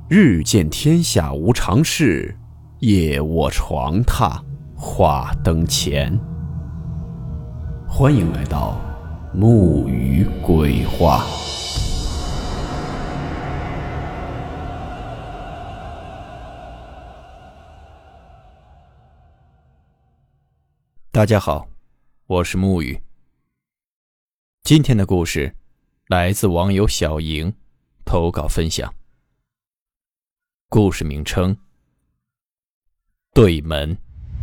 日见天下无常事，夜卧床榻话灯前。欢迎来到木鱼鬼话。大家好，我是木鱼。今天的故事来自网友小莹投稿分享。故事名称：对门。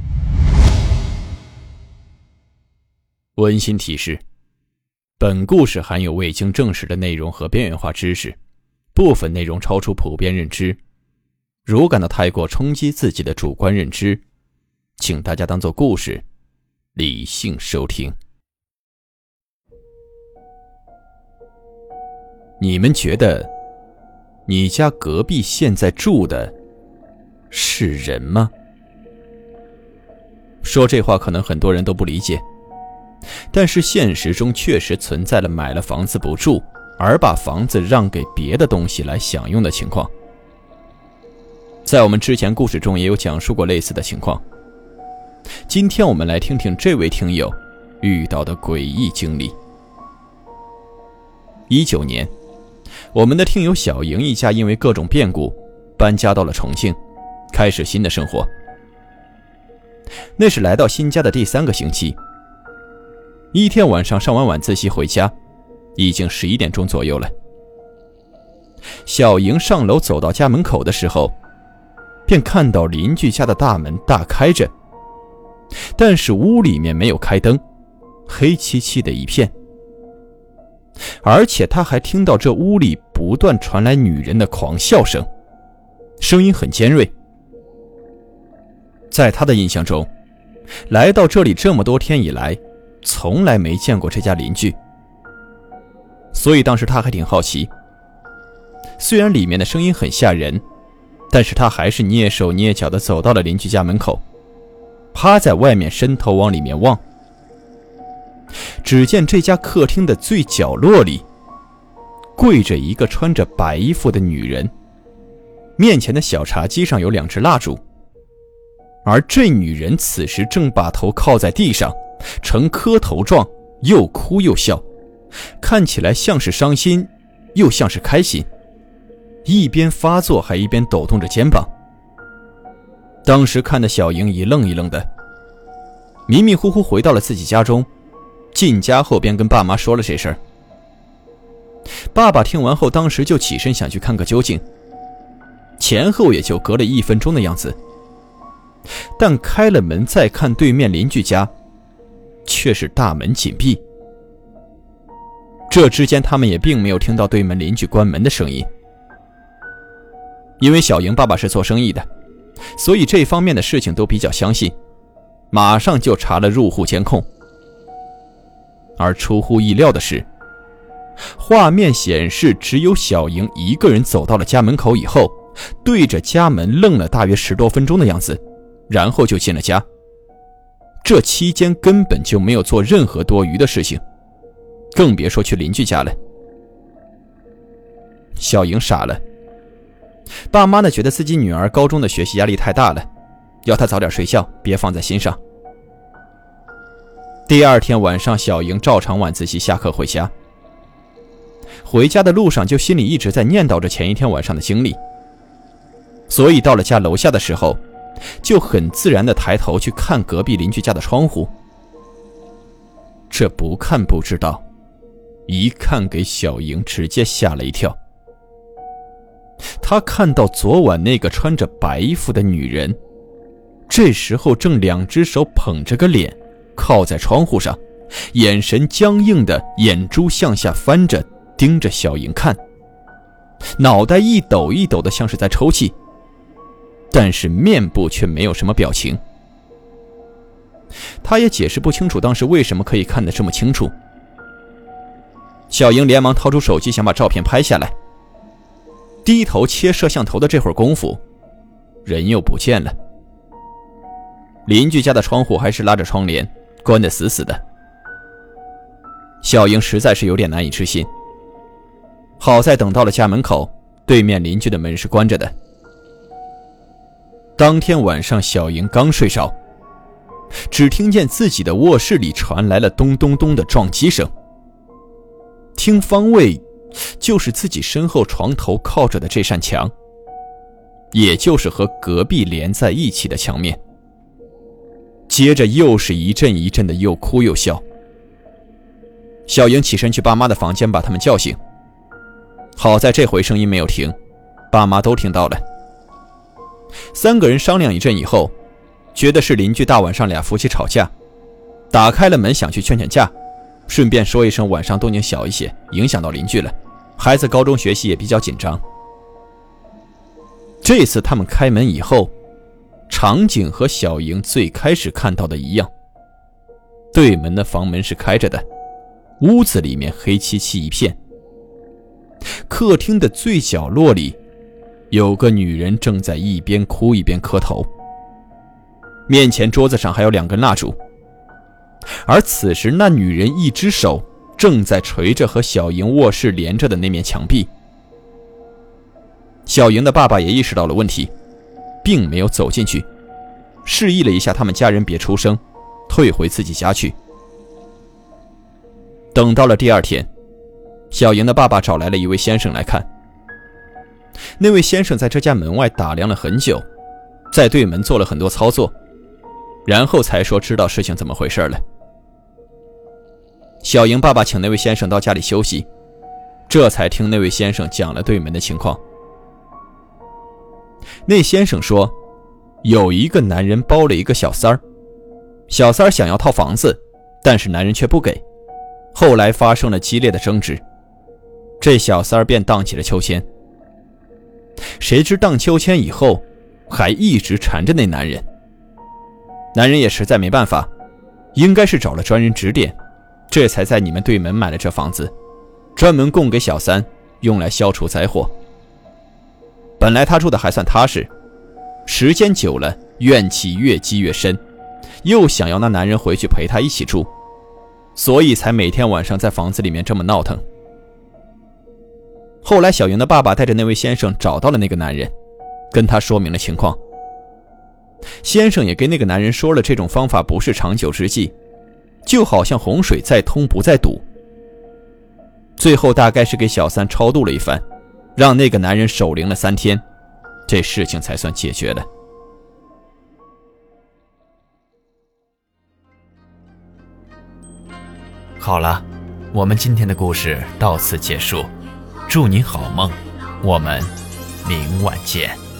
温馨提示：本故事含有未经证实的内容和边缘化知识，部分内容超出普遍认知，如感到太过冲击自己的主观认知，请大家当作故事理性收听。你们觉得你家隔壁现在住的是人吗？说这话可能很多人都不理解，但是现实中确实存在了买了房子不住，而把房子让给别的东西来享用的情况。在我们之前故事中也有讲述过类似的情况。今天我们来听听这位听友遇到的诡异经历。19年，我们的听友小莹一家因为各种变故搬家到了重庆，开始新的生活。那是来到新家的第3个星期，一天晚上上完晚自习回家，已经11点钟左右了。小莹上楼走到家门口的时候，便看到邻居家的大门大开着，但是屋里面没有开灯，黑漆漆的一片。而且他还听到这屋里不断传来女人的狂笑声，声音很尖锐。在他的印象中，来到这里这么多天以来，从来没见过这家邻居，所以当时他还挺好奇。虽然里面的声音很吓人，但是他还是蹑手蹑脚地走到了邻居家门口，趴在外面伸头往里面望。只见这家客厅的最角落里跪着一个穿着白衣服的女人，面前的小茶几上有2支蜡烛，而这女人此时正把头靠在地上，呈磕头状，又哭又笑，看起来像是伤心又像是开心，一边发作还一边抖动着肩膀。当时看的小莹一愣一愣的，迷迷糊糊回到了自己家中，进家后便跟爸妈说了这事儿。爸爸听完后当时就起身想去看个究竟，前后也就隔了1分钟的样子。但开了门再看对面邻居家，却是大门紧闭。这之间他们也并没有听到对门邻居关门的声音。因为小莹爸爸是做生意的，所以这方面的事情都比较相信，马上就查了入户监控。而出乎意料的是，画面显示只有小莹一个人走到了家门口以后，对着家门愣了大约10多分钟的样子，然后就进了家。这期间根本就没有做任何多余的事情，更别说去邻居家了。小莹傻了，爸妈呢觉得自己女儿高中的学习压力太大了，要她早点睡觉，别放在心上。第2天晚上，小莹照常晚自习下课回家。回家的路上就心里一直在念叨着前一天晚上的经历，所以到了家楼下的时候，就很自然地抬头去看隔壁邻居家的窗户。这不看不知道，一看给小莹直接吓了一跳。她看到昨晚那个穿着白衣服的女人，这时候正2只手捧着个脸靠在窗户上，眼神僵硬的，眼珠向下翻着盯着小莹看，脑袋一抖一抖的像是在抽泣，但是面部却没有什么表情。他也解释不清楚当时为什么可以看得这么清楚。小莹连忙掏出手机想把照片拍下来，低头切摄像头的这会儿功夫，人又不见了。邻居家的窗户还是拉着窗帘，关得死死的。小莹实在是有点难以置信，好在等到了家门口， 对面邻居的门是关着的。当天晚上，小莹刚睡着，只听见自己的卧室里传来了咚咚咚的撞击声。听方位，就是自己身后床头靠着的这扇墙，也就是和隔壁连在一起的墙面。接着又是一阵一阵的又哭又笑。小莹起身去爸妈的房间把他们叫醒，好在这回声音没有停，爸妈都听到了。3个人商量一阵以后，觉得是邻居大晚上俩夫妻吵架，打开了门想去劝劝架，顺便说一声晚上动静小一些，影响到邻居了，孩子高中学习也比较紧张。这次他们开门以后，场景和小莹最开始看到的一样，对门的房门是开着的，屋子里面黑漆漆一片。客厅的最角落里有个女人正在一边哭一边磕头，面前桌子上还有2根蜡烛，而此时那女人一只手正在捶着和小莹卧室连着的那面墙壁。小莹的爸爸也意识到了问题，并没有走进去，示意了一下他们家人别出声，退回自己家去。等到了第2天，小莹的爸爸找来了一位先生来看。那位先生在这家门外打量了很久，在对门做了很多操作，然后才说知道事情怎么回事了。小莹爸爸请那位先生到家里休息，这才听那位先生讲了对门的情况。那先生说，有一个男人包了一个小三儿，小三儿想要套房子，但是男人却不给，后来发生了激烈的争执，这小三儿便荡起了秋千。谁知荡秋千以后还一直缠着那男人，男人也实在没办法，应该是找了专人指点，这才在你们对门买了这房子，专门供给小三用来消除灾祸。本来他住的还算踏实，时间久了怨气越积越深，又想要那男人回去陪他一起住，所以才每天晚上在房子里面这么闹腾。后来小莹的爸爸带着那位先生找到了那个男人，跟他说明了情况。先生也跟那个男人说了，这种方法不是长久之计，就好像洪水再通不再堵。最后大概是给小三超度了一番，让那个男人守灵了3天，这事情才算解决了。 好了，我们今天的故事到此结束，祝您好梦，我们明晚见。